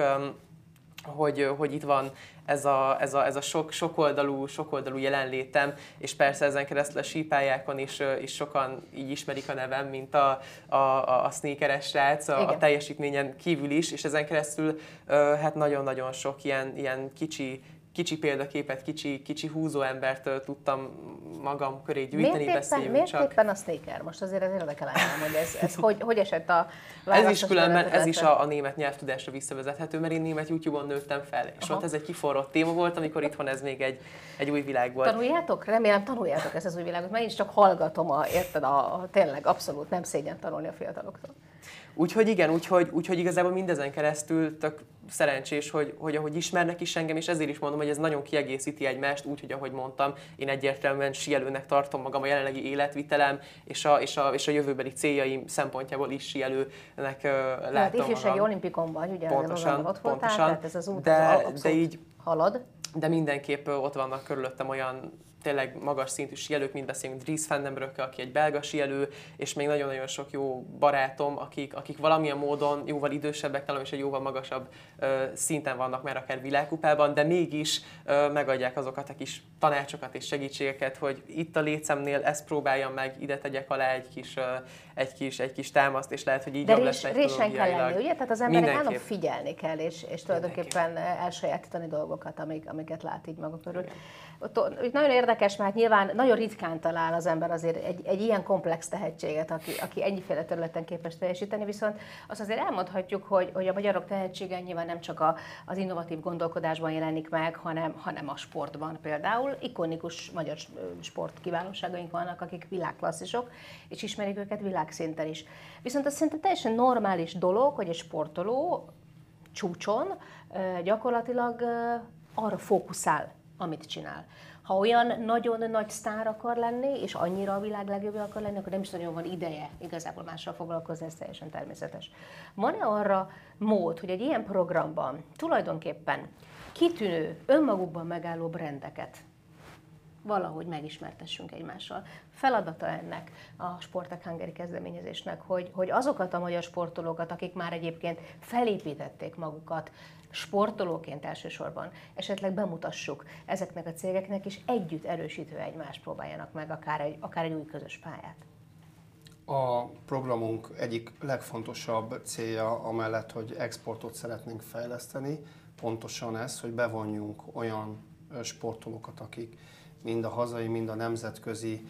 hogy, hogy itt van ez a, ez a, ez a sok, sokoldalú, sokoldalú jelenlétem, és persze ezen keresztül a sípályákon is, is sokan így ismerik a nevem, mint a, a, a sneakeres srác, a, a teljesítményen kívül is, és ezen keresztül hát nagyon-nagyon sok ilyen, ilyen kicsi, kicsi példaképet, kicsi, kicsi húzó embert tudtam magam köré gyűjteni, beszéljünk miért csak. Miért éppen a sneaker? Most azért az érdekel engem, hogy ez, ez hogy, hogy esett a Ez is különben, ez is a, a német nyelvtudásra visszavezethető, mert én német YouTube-on nőttem fel, és Aha. ott ez egy kiforrott téma volt, amikor itthon ez még egy, egy új világ volt. Tanuljátok? Remélem tanuljátok ezt az új világot, mert én is csak hallgatom, a, érted, a, a, tényleg abszolút nem szégyen tanulni a fiataloktól. Úgyhogy igen, úgyhogy, úgyhogy igazából mindezen keresztül tök szerencsés, hogy, hogy ahogy ismernek is engem, és ezért is mondom, hogy ez nagyon kiegészíti egymást, úgyhogy ahogy mondtam, én egyértelműen síelőnek tartom magam a jelenlegi életvitelem, és a, és a, és a jövőbeli céljaim szempontjából is síelőnek uh, látom Tehát ifjúsági magam. olimpikon vagy, ugye Pontosan, ott voltál, pontosan, tehát ez az út de, az de így halad. De mindenképp ott vannak körülöttem olyan tényleg magas szintű síelők, mint beszélünk Dries Van den Broeke, aki egy belga síelő, és még nagyon-nagyon sok jó barátom, akik, akik valamilyen módon jóval idősebbek, talán és egy jóval magasabb ö, szinten vannak már akár világkupában, de mégis ö, megadják azokat a kis tanácsokat és segítségeket, hogy itt a lécemnél ezt próbáljam meg, ide tegyek alá egy kis, ö, egy kis, egy kis támaszt, és lehet, hogy így de jobb rés, lesz résen kell lenni, ugye? Tehát az emberek állandóan Mindenképp. figyelni kell, és, és tulajdonképpen elsajátítani dolgokat, amik, amiket lát így maga körül. Ott, ott nagyon érdekes, mert nyilván nagyon ritkán talál az ember azért egy, egy ilyen komplex tehetséget, aki, aki ennyiféle területen képes teljesíteni, viszont azt azért elmondhatjuk, hogy, hogy a magyarok tehetsége nyilván nem csak a, az innovatív gondolkodásban jelenik meg, hanem, hanem a sportban például. Ikonikus magyar sport kiválóságaink vannak, akik világklasszisok, és ismerik őket világszinten is. Viszont az szerintem teljesen normális dolog, hogy egy sportoló csúcson gyakorlatilag arra fókuszál, amit csinál. Ha olyan nagyon nagy sztár akar lenni, és annyira a világ legjobbja akar lenni, akkor nem is nagyon van ideje igazából mással foglalkozni, ez teljesen természetes. Van-e arra mód, hogy egy ilyen programban tulajdonképpen kitűnő, önmagukban megálló brandeket valahogy megismertessünk egymással? Feladata ennek a Sportek Hungary kezdeményezésnek, hogy, hogy azokat a magyar sportolókat, akik már egyébként felépítették magukat, sportolóként elsősorban esetleg bemutassuk ezeknek a cégeknek, és együtt erősítve egymást próbáljanak meg akár egy, akár egy új közös pályát. A programunk egyik legfontosabb célja, amellett, hogy exportot szeretnénk fejleszteni, pontosan ez, hogy bevonjunk olyan sportolókat, akik mind a hazai, mind a nemzetközi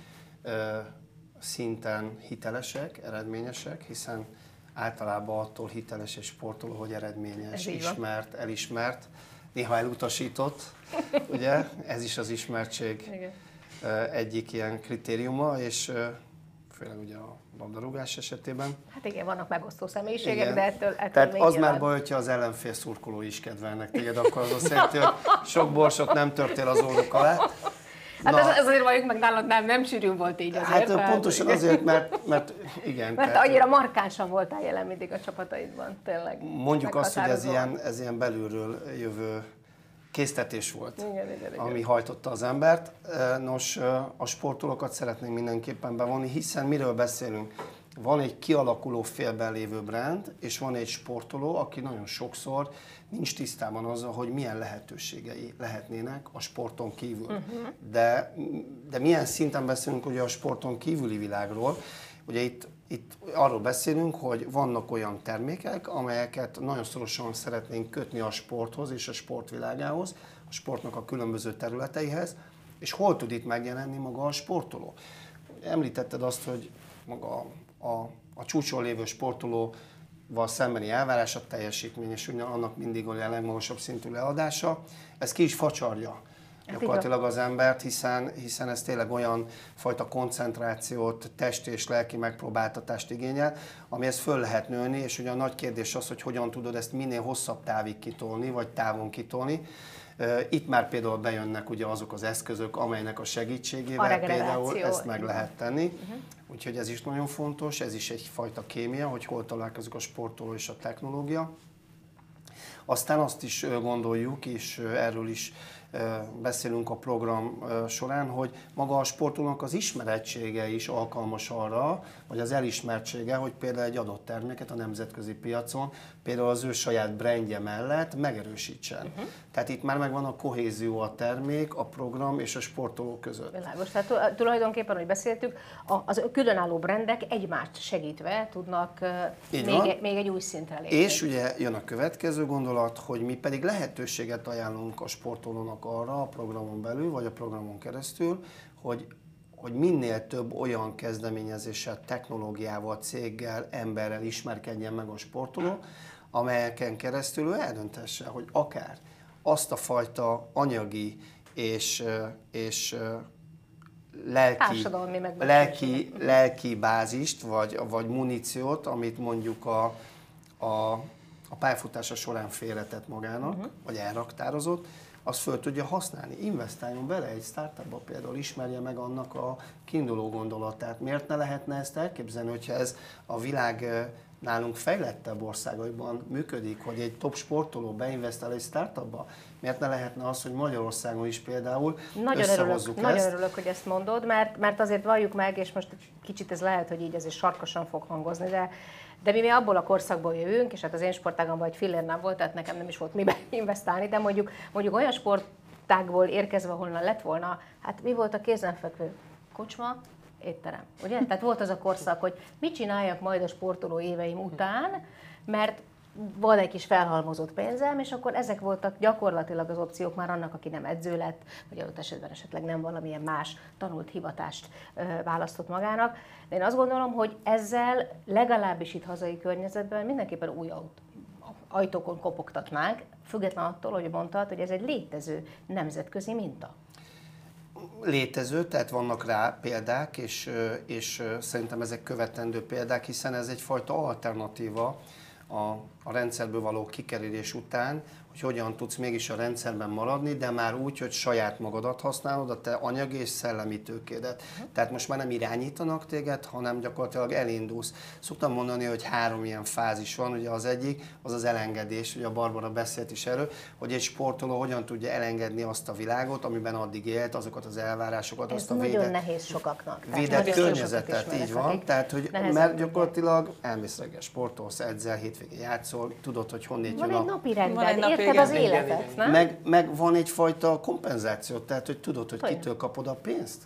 szinten hitelesek, eredményesek, hiszen általában attól hiteles egy sportoló, hogy eredményes, ismert, elismert, néha elutasított, ugye? Ez is az ismertség Igen. egyik ilyen kritériuma, és főleg ugye a labdarúgás esetében. Hát igen, vannak megosztó személyiségek, igen. de ettől, ettől Tehát még az nyilván... már baj, hogyha az ellenfél szurkolói is kedvelnek téged, akkor az azt jelenti, hogy sok borsot nem törtél az óruk alá. Hát ez, ez azért valljuk meg nálad nem, nem sűrűn volt így azért. Hát pontosan igen. azért, mert, mert igen. Mert tehát, annyira markánsan voltál jelen mindig a csapataidban, tényleg. Mondjuk azt, hogy ez ilyen, ez ilyen belülről jövő késztetés volt, igen, igen, igen. ami hajtotta az embert. Nos, a sportolókat szeretnénk mindenképpen bevonni, hiszen miről beszélünk? Van egy kialakuló félben lévő brand, és van egy sportoló, aki nagyon sokszor nincs tisztában azzal, hogy milyen lehetőségei lehetnének a sporton kívül. Uh-huh. De, de milyen szinten beszélünk ugye a sporton kívüli világról? Ugye itt, itt arról beszélünk, hogy vannak olyan termékek, amelyeket nagyon szorosan szeretnénk kötni a sporthoz és a sportvilágához, a sportnak a különböző területeihez, és hol tud itt megjelenni maga a sportoló? Említetted azt, hogy maga a, a csúcson lévő sportolóval szembeni elvárás a teljesítmény, és ugye annak mindig a legmagasabb szintű leadása. Ez ki is facsarja gyakorlatilag az embert, hiszen, hiszen ez tényleg olyan fajta koncentrációt, test és lelki megpróbáltatást igényel, amihez föl lehet nőni, és ugye a nagy kérdés az, hogy hogyan tudod ezt minél hosszabb távig kitolni, vagy távon kitolni. Itt már például bejönnek ugye azok az eszközök, amelynek a segítségével a például ezt meg lehet tenni. Uh-huh. Úgyhogy ez is nagyon fontos, ez is egyfajta kémia, hogy hol találkozik a sportoló és a technológia. Aztán azt is gondoljuk, és erről is beszélünk a program során, hogy maga a sportolónak az ismerettsége is alkalmas arra, vagy az elismertsége, hogy például egy adott terméket a nemzetközi piacon, például az ő saját brandje mellett megerősítsen. Uh-huh. Tehát itt már megvan a kohézió a termék, a program és a sportoló között. Világos. Tehát tulajdonképpen, hogy beszéltük, az különálló brandek egymást segítve tudnak még, még egy új szintre lépni. És ugye jön a következő gondolat, hogy mi pedig lehetőséget ajánlunk a sportolónak arra a programon belül, vagy a programon keresztül, hogy, hogy minél több olyan kezdeményezéssel, technológiával, céggel, emberrel ismerkedjen meg a sportoló, amelyeken keresztül ő eldöntesse, hogy akár azt a fajta anyagi és, és lelki, lelki, lelki bázist, vagy, vagy muníciót, amit mondjuk a, a, a pályafutása során félretett magának, uh-huh. vagy elraktározott, azt föl tudja használni. Investáljon bele egy startupba például, ismerje meg annak a kiinduló gondolatát. Miért ne lehetne ezt elképzelni, hogyha ez a világ nálunk fejlettebb országaiban működik, hogy egy top sportoló beinvestál egy startupba? Miért ne lehetne az, hogy Magyarországon is például nagyon összehozzuk örülök, ezt? Nagyon örülök, hogy ezt mondod, mert, mert azért valljuk meg, és most kicsit ez lehet, hogy így azért sarkosan fog hangozni, de, de mi, mi abból a korszakból jövünk, és hát az én sportágamban egy fillér nem volt, tehát nekem nem is volt miben investálni, de mondjuk, mondjuk olyan sportágból érkezve, ahonnan lett volna, hát mi volt a kézenfekvő? Kocsma, étterem, ugye? Tehát volt az a korszak, hogy mit csináljak majd a sportoló éveim után, mert van egy kis felhalmozott pénzem, és akkor ezek voltak gyakorlatilag az opciók már annak, aki nem edző lett, vagy adott esetben esetleg nem valamilyen más tanult hivatást ö, választott magának. De én azt gondolom, hogy ezzel legalábbis itt hazai környezetben mindenképpen új ajtókon kopogtatnánk, független attól, hogy mondtad, hogy ez egy létező nemzetközi minta. Létező, tehát vannak rá példák, és, és szerintem ezek követendő példák, hiszen ez egyfajta alternatíva a, a rendszerből való kikerülés után, hogy hogyan tudsz mégis a rendszerben maradni, de már úgy, hogy saját magadat használod, a te anyagi és szellemi tőkédet. Uh-huh. Tehát most már nem irányítanak téged, hanem gyakorlatilag elindulsz. Szoktam mondani, hogy három ilyen fázis van, ugye az egyik, az az elengedés, ugye a Barbara beszélt is erről, hogy egy sportoló hogyan tudja elengedni azt a világot, amiben addig élt, azokat az elvárásokat, ez azt a nagyon védett, nehéz sokaknak. védett környezetet, így van. Tehát, hogy mert gyakorlatilag elmész reggel sportolsz, edzel, hétvégén játszol, tudod, hogy honnét jön a... Van egy napi rendben, érted az életet, nem? Meg, meg van egyfajta kompenzáció, tehát hogy tudod, hogy kitől kapod a pénzt,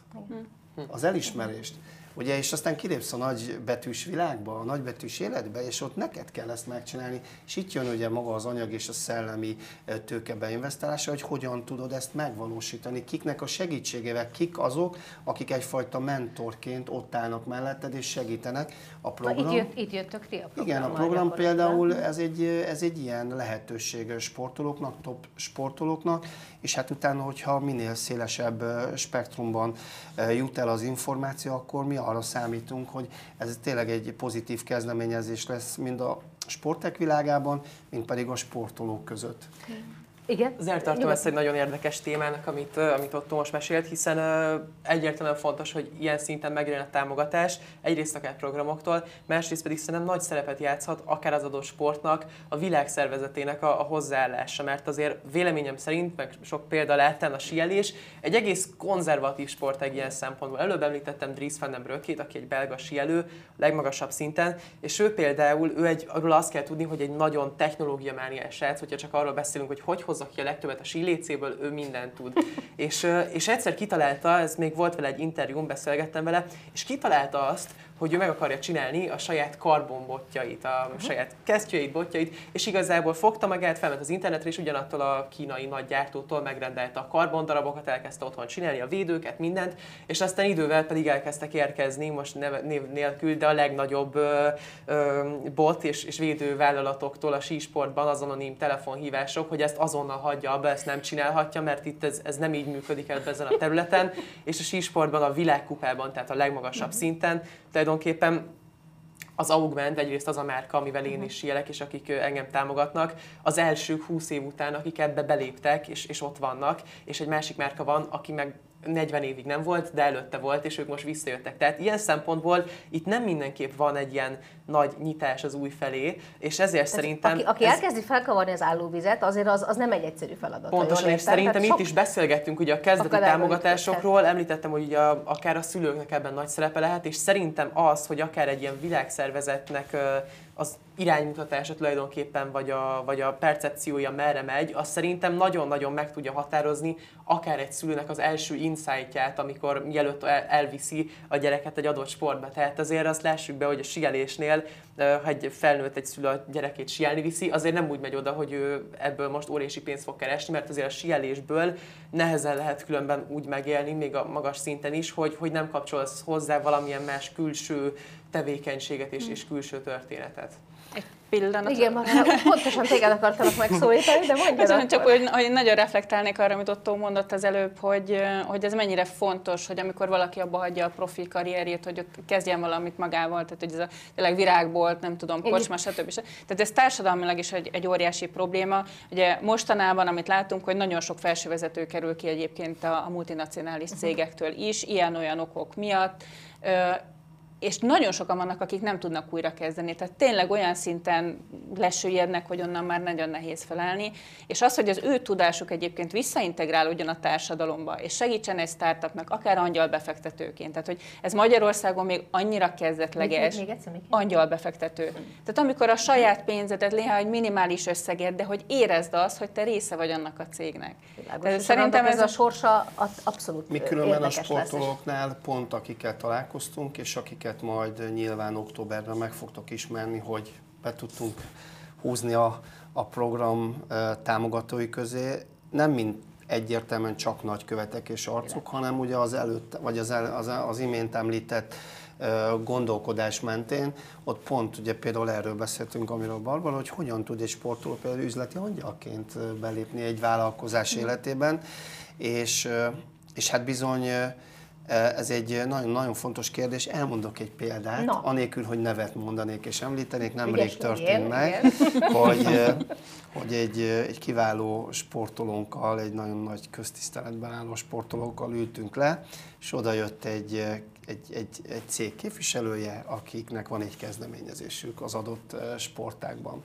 az elismerést. Ugye, és aztán kilépsz a nagybetűs világba, a nagybetűs életbe, és ott neked kell ezt megcsinálni. És itt jön ugye maga az anyag és a szellemi tőke beinvestálása, hogy hogyan tudod ezt megvalósítani, kiknek a segítségével, kik azok, akik egyfajta mentorként ott állnak melletted és segítenek. A program, itt, jött, itt jöttök ti a program. Igen, a program például ez egy, ez egy ilyen lehetőség sportolóknak, top sportolóknak, és hát utána, hogyha minél szélesebb spektrumban jut el az információ, akkor mi arra számítunk, hogy ez tényleg egy pozitív kezdeményezés lesz mind a sportek világában, mind pedig a sportolók között. Igen? Azért tartom ezt egy nagyon érdekes témának, amit, amit Otto most mesélt, hiszen uh, egyértelműen fontos, hogy ilyen szinten megjelen a támogatás, egyrészt akár programoktól, másrészt pedig szerintem nagy szerepet játszhat akár az adott sportnak, a világszervezetének a, a hozzáállása, mert azért véleményem szerint, meg sok példa láttán a síelés, egy egész konzervatív sportág ilyen szempontból. Előbb említettem Dries van den Broecket, aki egy belga síelő, legmagasabb szinten, és ő például, ő egy, arról azt kell tudni, hogy egy nagyon technológiamániás srác, hogyha csak arról beszélünk, hogy hogy hozza ki a legtöbbet a sílécéből, ő mindent tud. és, és egyszer kitalálta, ez még volt vele egy interjún, beszélgettem vele, és kitalálta azt, hogy ő meg akarja csinálni a saját karbonbotjait, a uh-huh. saját kesztyűjét, botjait, és igazából fogta magát, felment az internetre, és ugyanattól a kínai nagy gyártótól megrendelte a karbondarabokat, elkezdte otthon csinálni a védőket, mindent, és aztán idővel pedig elkezdtek érkezni, most név nélkül, de a legnagyobb ö, ö, bot és, és védővállalatoktól a sísportban az anonim telefonhívások, hogy ezt azonnal hagyja abba, ezt nem csinálhatja, mert itt ez, ez nem így működik el ezen a területen, és a sísportban a világkupában, tehát a legmagasabb uh-huh. szinten, tulajdonképpen az Augment, egyrészt az a márka, amivel én is síelek, és akik engem támogatnak, az első húsz év után, akik ebbe beléptek, és, és ott vannak, és egy másik márka van, aki meg negyven évig nem volt, de előtte volt, és ők most visszajöttek. Tehát ilyen szempontból itt nem mindenképp van egy ilyen nagy nyitás az új felé, és ezért Ez szerintem... Aki, aki ez... elkezdi felkavarni az állóvizet, azért az, az nem egy egyszerű feladat. Pontosan, és szerintem itt is beszélgettünk ugye a kezdeti támogatásokról, említettem, hogy ugye a, akár a szülőknek ebben nagy szerepe lehet, és szerintem az, hogy akár egy ilyen világszervezetnek az iránymutatása tulajdonképpen, vagy a, vagy a percepciója merre megy, az szerintem nagyon-nagyon meg tudja határozni akár egy szülőnek az első insightját, amikor mielőtt el, elviszi a gyereket egy adott sportba. Tehát azért azt lássuk be, hogy a síelésnél, ha egy felnőtt egy szülő a gyerekét síelni viszi, azért nem úgy megy oda, hogy ő ebből most óriási pénzt fog keresni, mert azért a síelésből nehezen lehet különben úgy megélni, még a magas szinten is, hogy, hogy nem kapcsolsz hozzá valamilyen más külső tevékenységet és, és külső történetet. Egy pillanat. Igen, már pontosan téged akartalak megszólítani, de mondjad. Csak hogy, hogy nagyon reflektálnék arra, amit Ottó mondott az előbb, hogy, hogy ez mennyire fontos, hogy amikor valaki abba hagyja a profi karrierjét, hogy kezdjen valamit magával, tehát hogy ez a tényleg virágbolt, nem tudom, kocsma, stb. Tehát ez társadalmilag is egy, egy óriási probléma. Ugye mostanában, amit látunk, hogy nagyon sok felsővezető kerül ki egyébként a, a multinacionális cégektől is, ilyen-olyan okok miatt, és nagyon sokan vannak, akik nem tudnak újra kezdeni. Tehát tényleg olyan szinten lesüllyednek, hogy onnan már nagyon nehéz felállni. És az, hogy az ő tudásuk egyébként visszaintegrálódjon a társadalomba, és segítsen egy startupnak, akár angyalbefektetőként. Tehát, hogy ez Magyarországon még annyira kezdetleges. Még, még egyszer, még angyalbefektető. Tehát amikor a saját pénzedet, néha egy minimális összeget, de hogy érezd azt, hogy te része vagy annak a cégnek. Tehát szerintem ez a sorsa abszolút mi különben a sportolóknál pont akikkel találkoztunk, és akiket majd nyilván októberben meg fogtok ismerni, hogy be tudtunk húzni a, a program támogatói közé. Nem mind egyértelműen csak nagykövetek és arcok, hanem ugye az előtt, vagy az, el, az, az imént említett gondolkodás mentén, ott pont ugye például erről beszéltünk, amiről Barbara, hogy hogyan tud egy sportoló például üzleti angyalként belépni egy vállalkozás életében, és, és hát bizony ez egy nagyon-nagyon fontos kérdés. Elmondok egy példát, no. anélkül, hogy nevet mondanék és említenék, nemrég történt meg, hogy, hogy egy, egy kiváló sportolónkkal, egy nagyon nagy köztiszteletben álló sportolókkal ültünk le, és oda jött egy, egy, egy, egy cég képviselője, akiknek van egy kezdeményezésük az adott sportágban.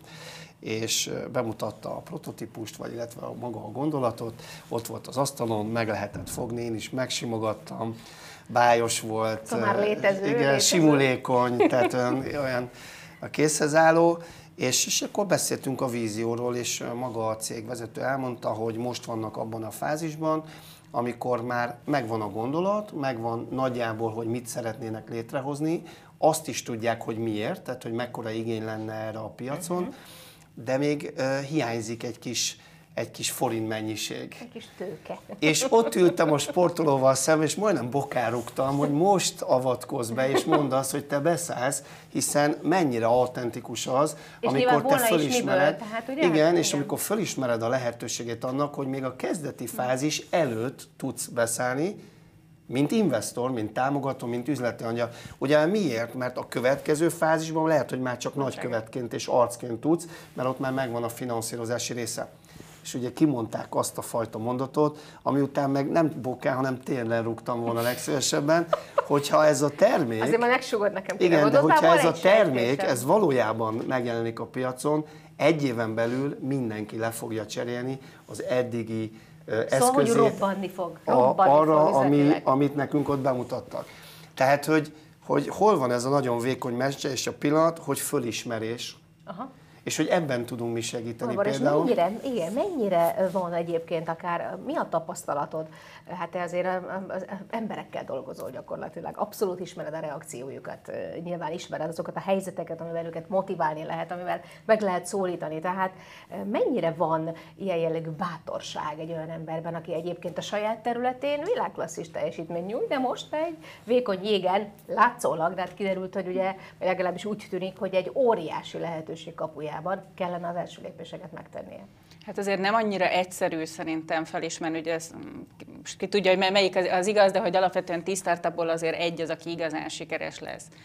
És bemutatta a prototípust, vagy illetve a maga a gondolatot, ott volt az asztalon, meg lehetett fogni, én is megsimogattam, bájos volt, szóval már létező, igen, létező. simulékony, tehát olyan, olyan a készhez álló, és, és akkor beszéltünk a vízióról, és maga a cégvezető elmondta, hogy most vannak abban a fázisban, amikor már megvan a gondolat, megvan nagyjából, hogy mit szeretnének létrehozni, azt is tudják, hogy miért, tehát hogy mekkora igény lenne erre a piacon, uh-huh. de még uh, hiányzik egy kis, egy kis forint mennyiség. Egy kis tőke. És ott ültem a sportolóval szemben, és majdnem bokárugtam, hogy most avatkozz be, és mondd azt, hogy te beszállsz, hiszen mennyire autentikus az, és amikor te fölismered. Tehát, ugye? Igen, igen, és igen. amikor fölismered a lehetőségét annak, hogy még a kezdeti fázis előtt tudsz beszállni, mint investor, mint támogató, mint üzleti angyal. Ugye miért? Mert a következő fázisban lehet, hogy már csak nagykövetként és arcként tudsz, mert ott már megvan a finanszírozási része. És ugye kimondták azt a fajta mondatot, ami után meg nem bokán, hanem tényleg rúgtam volna legszívesebben, hogyha ez a termék... Azért már megsugod nekem. Igen, de hogyha ez a termék, ez valójában megjelenik a piacon, egy éven belül mindenki le fogja cserélni az eddigi eszközét, szóval, hogy robbanni fog. Robbanni a, arra, fog ami, amit nekünk ott bemutattak. Tehát, hogy, hogy hol van ez a nagyon vékony mese és a pillanat, hogy fölismerés. Aha. És hogy ebben tudunk mi segíteni Valóban, például. És mennyire, igen, mennyire van egyébként akár, mi a tapasztalatod? Hát te azért az emberekkel dolgozol gyakorlatilag, abszolút ismered a reakciójukat, nyilván ismered azokat a helyzeteket, amivel őket motiválni lehet, amivel meg lehet szólítani. Tehát mennyire van ilyen jellegű bátorság egy olyan emberben, aki egyébként a saját területén világklasszis teljesítmény nyújt, de most egy vékony jégen látszólag, de hát kiderült, hogy ugye, vagy legalábbis úgy tűnik, hogy egy óriási lehetőség kapujában kellene az első lépéseket megtennie. Hát azért nem annyira egyszerű szerintem felismerni, hogy ez, ki tudja, hogy melyik az, az igaz, de hogy alapvetően tíz startupból azért egy az, aki igazán sikeres lesz.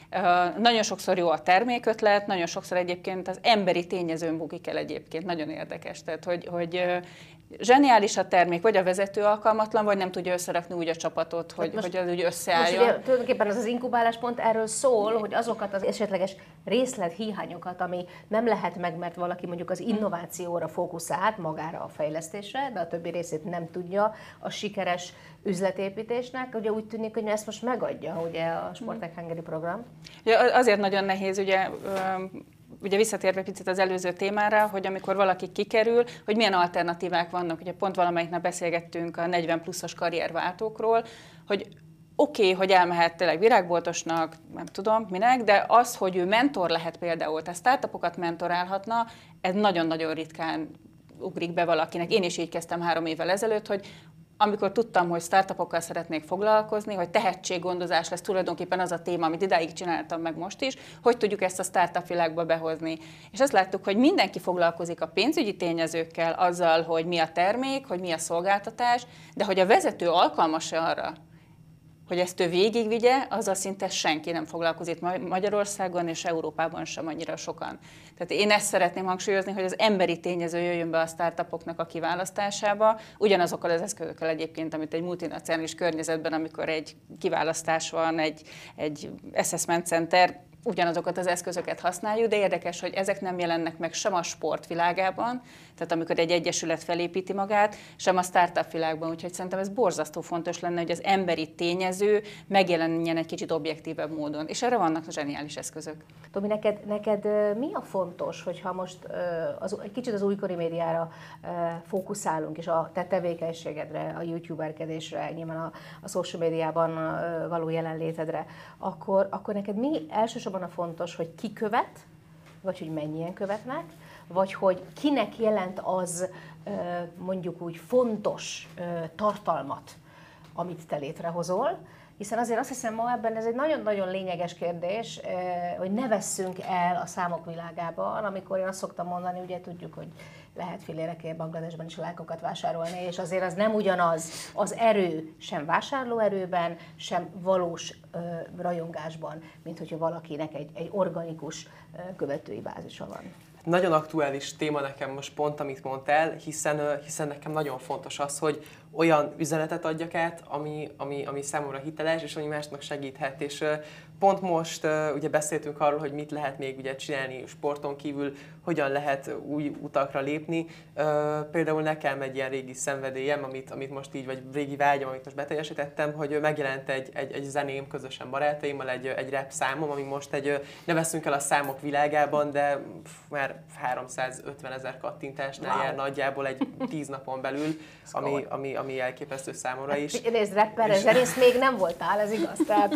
Nagyon sokszor jó a termékötlet, nagyon sokszor egyébként az emberi tényezőn bukik el egyébként, nagyon érdekes. Tehát, hogy, hogy zseniális a termék, vagy a vezető alkalmatlan, vagy nem tudja összerakni úgy a csapatot, hogy, hogy az úgy összeálljon. Most ugye, tulajdonképpen az az inkubálás pont erről szól, hogy azokat az esetleges részlethiányokat, ami nem lehet meg, mert valaki mondjuk az innovációra fókuszált, magára a fejlesztésre, de a többi részét nem tudja a sikeres üzletépítésnek, ugye úgy tűnik, hogy ezt most megadja ugye a Sportech Hungary program. Ja, azért nagyon nehéz, ugye, ugye visszatérve picit az előző témára, hogy amikor valaki kikerül, hogy milyen alternatívák vannak. Ugye pont valamelyik nap beszélgettünk a negyven pluszos karrierváltókról, hogy oké, okay, hogy elmehet tényleg virágboltosnak, nem tudom minek, de az, hogy ő mentor lehet például, tehát startupokat mentorálhatna, ez nagyon-nagyon ritkán ugrik be valakinek. Én is így kezdtem három évvel ezelőtt, hogy amikor tudtam, hogy startupokkal szeretnék foglalkozni, hogy tehetséggondozás lesz tulajdonképpen az a téma, amit idáig csináltam meg most is, hogy tudjuk ezt a startup világba behozni. És azt láttuk, hogy mindenki foglalkozik a pénzügyi tényezőkkel, azzal, hogy mi a termék, hogy mi a szolgáltatás, de hogy a vezető alkalmas-e arra, hogy ezt ő végigvigye, azzal szinte senki nem foglalkozik Magyarországon és Európában sem annyira sokan. Tehát én ezt szeretném hangsúlyozni, hogy az emberi tényező jöjjön be a startupoknak a kiválasztásába, ugyanazokkal az eszközökkel egyébként, amit egy multinacionális környezetben, amikor egy kiválasztás van, egy, egy assessment center, ugyanazokat az eszközöket használjuk, de érdekes, hogy ezek nem jelennek meg sem a sport világában, tehát amikor egy egyesület felépíti magát, sem a startup világban, úgyhogy szerintem ez borzasztó fontos lenne, hogy az emberi tényező megjelenjen egy kicsit objektívebb módon, és erre vannak zseniális eszközök. Tomi, neked, neked mi a fontos, hogyha most az, egy kicsit az újkori médiára fókuszálunk, és a te tevékenységedre, a youtuberkedésre, nyilván a, a social médiában való jelenlétedre, akkor, akkor neked mi elsősorban a fontos, hogy ki követ, vagy hogy mennyien követnek, vagy hogy kinek jelent az mondjuk úgy fontos tartalmat, amit te létrehozol, hiszen azért azt hiszem ma ebben ez egy nagyon-nagyon lényeges kérdés, hogy ne vesszünk el a számok világában, amikor én azt szoktam mondani, ugye tudjuk, hogy lehet fillérekért Bangladesben is lájkokat vásárolni, és azért az nem ugyanaz az erő sem vásárlóerőben, sem valós ö, rajongásban, mint hogyha valakinek egy, egy organikus ö, követői bázisa van. Nagyon aktuális téma nekem most pont, amit mondtál, hiszen, hiszen nekem nagyon fontos az, hogy olyan üzenetet adjak át, ami, ami, ami számomra hiteles, és ami másnak segíthet. És pont most ugye beszéltünk arról, hogy mit lehet még ugye csinálni sporton kívül, hogyan lehet új utakra lépni. Például nekem egy ilyen régi szenvedélyem, amit, amit most így, vagy régi vágyam, amit most beteljesítettem, hogy megjelent egy, egy, egy zeném közösen barátaimmal, egy, egy rap számom, ami most egy, ne veszünk el a számok világában, de pff, már háromszázötvenezer kattintásnál wow. jár nagyjából egy tíz napon belül, ami, ami, ami elképesztő számomra is. Hát, nézd, rapper, zenész még nem voltál, ez igaz, tehát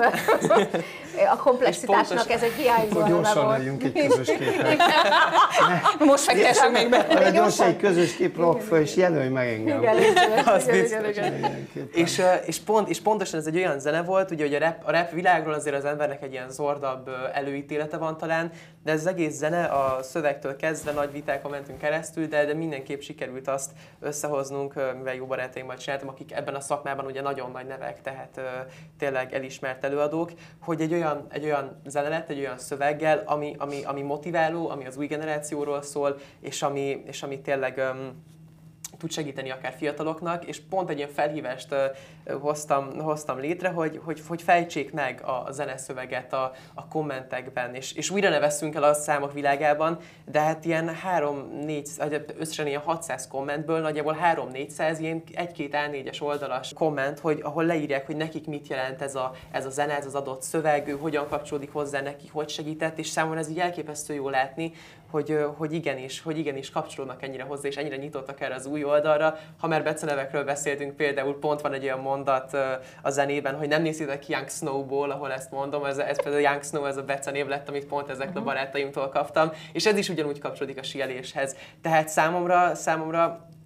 a komplexitásnak ez egy hiányzó. Gyorsan legyünk egy közös képet. Most fektessünk még be. Gyorsan egy közös kép, rak föl, és jelölj meg engem. Igen, az igen, biztos. igen, igen. És, és, pont, és pontosan ez egy olyan zene volt, ugye, hogy a rap, a rap világról azért az embernek egy ilyen zordabb előítélete van talán, de ez az egész zene a szövegtől kezdve nagy vitákon mentünk keresztül, de, de mindenképp sikerült azt összehoznunk, mivel jó barátaimmal csináltam, akik ebben a szakmában ugye nagyon nagy nevek, tehát tényleg elismert előadók, hogy egy olyan, egy olyan zene lett, egy olyan szöveggel, ami, ami, ami motiváló, ami az új generációról szól, és ami, és ami tényleg um, tud segíteni akár fiataloknak, és pont egy ilyen felhívást uh, hoztam, hoztam létre, hogy, hogy, hogy fejtsék meg a, a zeneszöveget a, a kommentekben, és, és újra ne vesszünk el a számok világában, de hát ilyen három-négy, összesen ilyen hatszáz kommentből nagyjából három-négyszáz ilyen egy-két á négyes oldalas komment, hogy, ahol leírják, hogy nekik mit jelent ez a, ez a zene, ez az adott szöveg, ő hogyan kapcsolódik hozzá, neki hogy segített, és számomra ez így elképesztő jó látni, hogy, hogy igenis, hogy igenis kapcsolódnak ennyire hozzá, és ennyire nyitottak erre az új oldalra. Ha már becenevekről beszéltünk, például pont van egy olyan mondat a zenében, hogy nem néztétek Young Snowball, ahol ezt mondom, ez, ez például Young Snow, ez a becenév lett, amit pont ezektől a barátaimtól kaptam, és ez is ugyanúgy kapcsolódik a síeléshez. Tehát számomra, számomra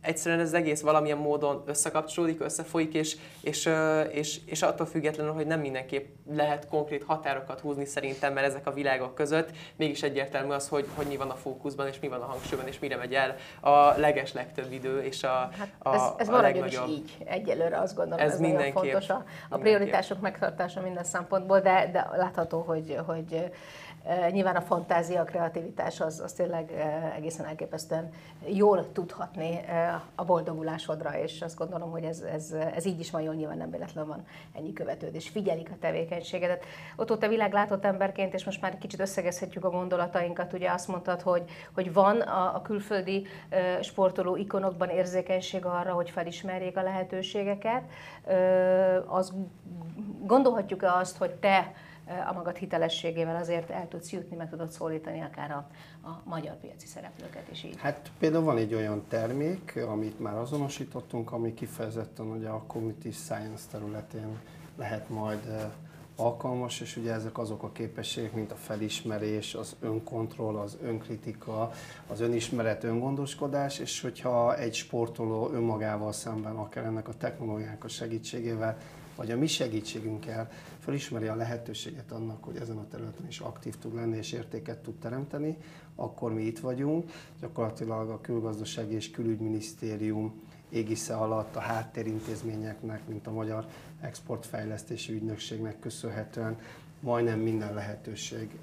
egyszerűen ez egész valamilyen módon összekapcsolódik, összefolyik, és, és, és, és attól függetlenül, hogy nem mindenképp lehet konkrét határokat húzni szerintem, mert ezek a világok között mégis egyértelmű az, hogy, hogy mi van a fókuszban, és mi van a hangsúlyban, és mire megy el a leges legtöbb idő, és a, hát a, ez, ez a maradjon is legnagyobb. így egyelőre, azt gondolom, Ez, ez nagyon mindenképp. fontos a, a prioritások megtartása minden szempontból, de, de látható, hogy, hogy e, nyilván a fantázia, a kreativitás az, az tényleg e, egészen elképesztően jól tudhatni e, a boldogulásodra, és azt gondolom, hogy ez, ez, ez így is van jól, nyilván nem véletlenül van ennyi követőd, és figyelik a tevékenységedet. Ott te világlátott emberként, és most már kicsit összegezhetjük a gondolatainkat, ugye azt mondtad, hogy, hogy van a, a külföldi e, sportoló ikonokban érzékenység arra, hogy felismerjék a lehetőségeket. E, azt gondolhatjuk-e azt, hogy te a magad hitelességével azért el tudsz jutni, meg tudod szólítani akár a, a magyar piaci szereplőket is így? Hát például van egy olyan termék, amit már azonosítottunk, ami kifejezetten ugye a cognitive science területén lehet majd alkalmas, és ugye ezek azok a képességek, mint a felismerés, az önkontroll, az önkritika, az önismeret, öngondoskodás, és hogyha egy sportoló önmagával szemben, akár ennek a technológiának a segítségével, vagy a mi segítségünkkel felismeri a lehetőséget annak, hogy ezen a területen is aktív tud lenni és értéket tud teremteni, akkor mi itt vagyunk. Gyakorlatilag a Külgazdasági és Külügyminisztérium égisze alatt a háttérintézményeknek, mint a Magyar Exportfejlesztési Ügynökségnek köszönhetően majdnem minden lehetőség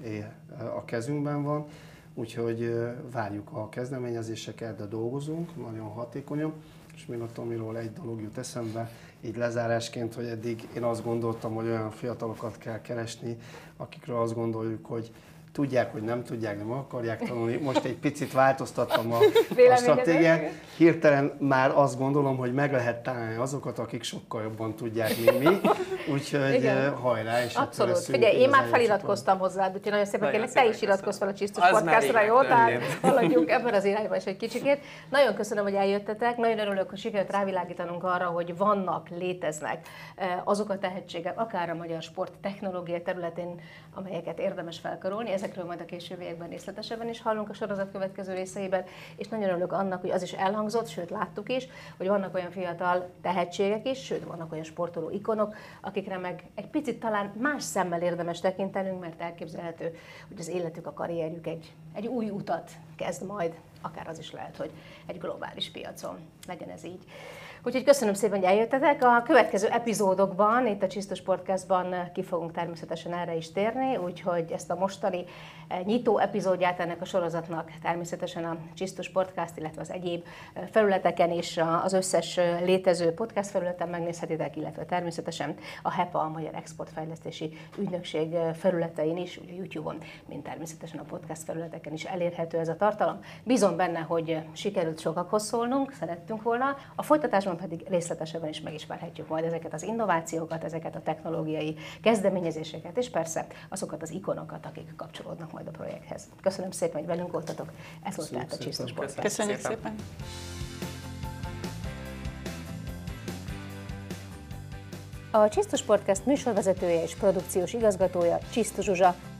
a kezünkben van. Úgyhogy várjuk a kezdeményezéseket, de dolgozunk nagyon hatékonyan. És még a Tomiról egy dolog jut eszembe, így lezárásként, hogy eddig én azt gondoltam, hogy olyan fiatalokat kell keresni, akikről azt gondoljuk, hogy tudják, hogy nem tudják, nem akarják tanulni. Most egy picit változtattam a, a stratégiát. Hirtelen már azt gondolom, hogy meg lehet találni azokat, akik sokkal jobban tudják, mint mi. Úgyhogy igen. Hajrá! És abszolút. Figyelj, én már feliratkoztam hozzád, úgyhogy nagyon szépen kérlek, te is iratkozz fel a Csisztus Podcastra, jó? Tehát haladjunk ebben az irányban is egy kicsikét. Nagyon köszönöm, hogy eljöttetek. Nagyon örülök, hogy sikerült rávilágítanunk arra, hogy vannak, léteznek azok a tehetségek, akár a magyar sport technológia területén, amelyeket érdemes felkarolni. Ezekről majd a későbbiekben részletesebben is hallunk a sorozat következő részeiben, és nagyon örülök annak, hogy az is elhangzott, sőt láttuk is, hogy vannak olyan fiatal tehetségek is, sőt vannak olyan sportoló ikonok, akikre meg egy picit talán más szemmel érdemes tekintenünk, mert elképzelhető, hogy az életük, a karrierjük egy, egy új utat kezd majd, akár az is lehet, hogy egy globális piacon legyen ez így. Úgyhogy köszönöm szépen, hogy eljöttetek. A következő epizódokban, itt a Csisztus Podcastban ki fogunk természetesen erre is térni, úgyhogy ezt a mostani nyitó epizódját ennek a sorozatnak természetesen a Csisztus Podcast, illetve az egyéb felületeken és az összes létező podcast felületen megnézhetitek, illetve természetesen a HEPA, a Magyar Exportfejlesztési Ügynökség felületein is, ugye YouTube-on, mint természetesen a podcast felületeken is elérhető ez a tartalom. Bízom benne, hogy sikerült sokakhoz szólnunk, szerettünk volna. A folytatásban pedig részletesebben is megismerhetjük majd ezeket az innovációkat, ezeket a technológiai kezdeményezéseket, és persze azokat az ikonokat, akik kapcsolódnak majd a projekthez. Köszönöm szépen, hogy velünk voltatok. Ez volt tehát a Csisztus Podcast. Köszönjük szépen! A Csisztus Podcast műsorvezetője és produkciós igazgatója Csisztus Zsuzsa.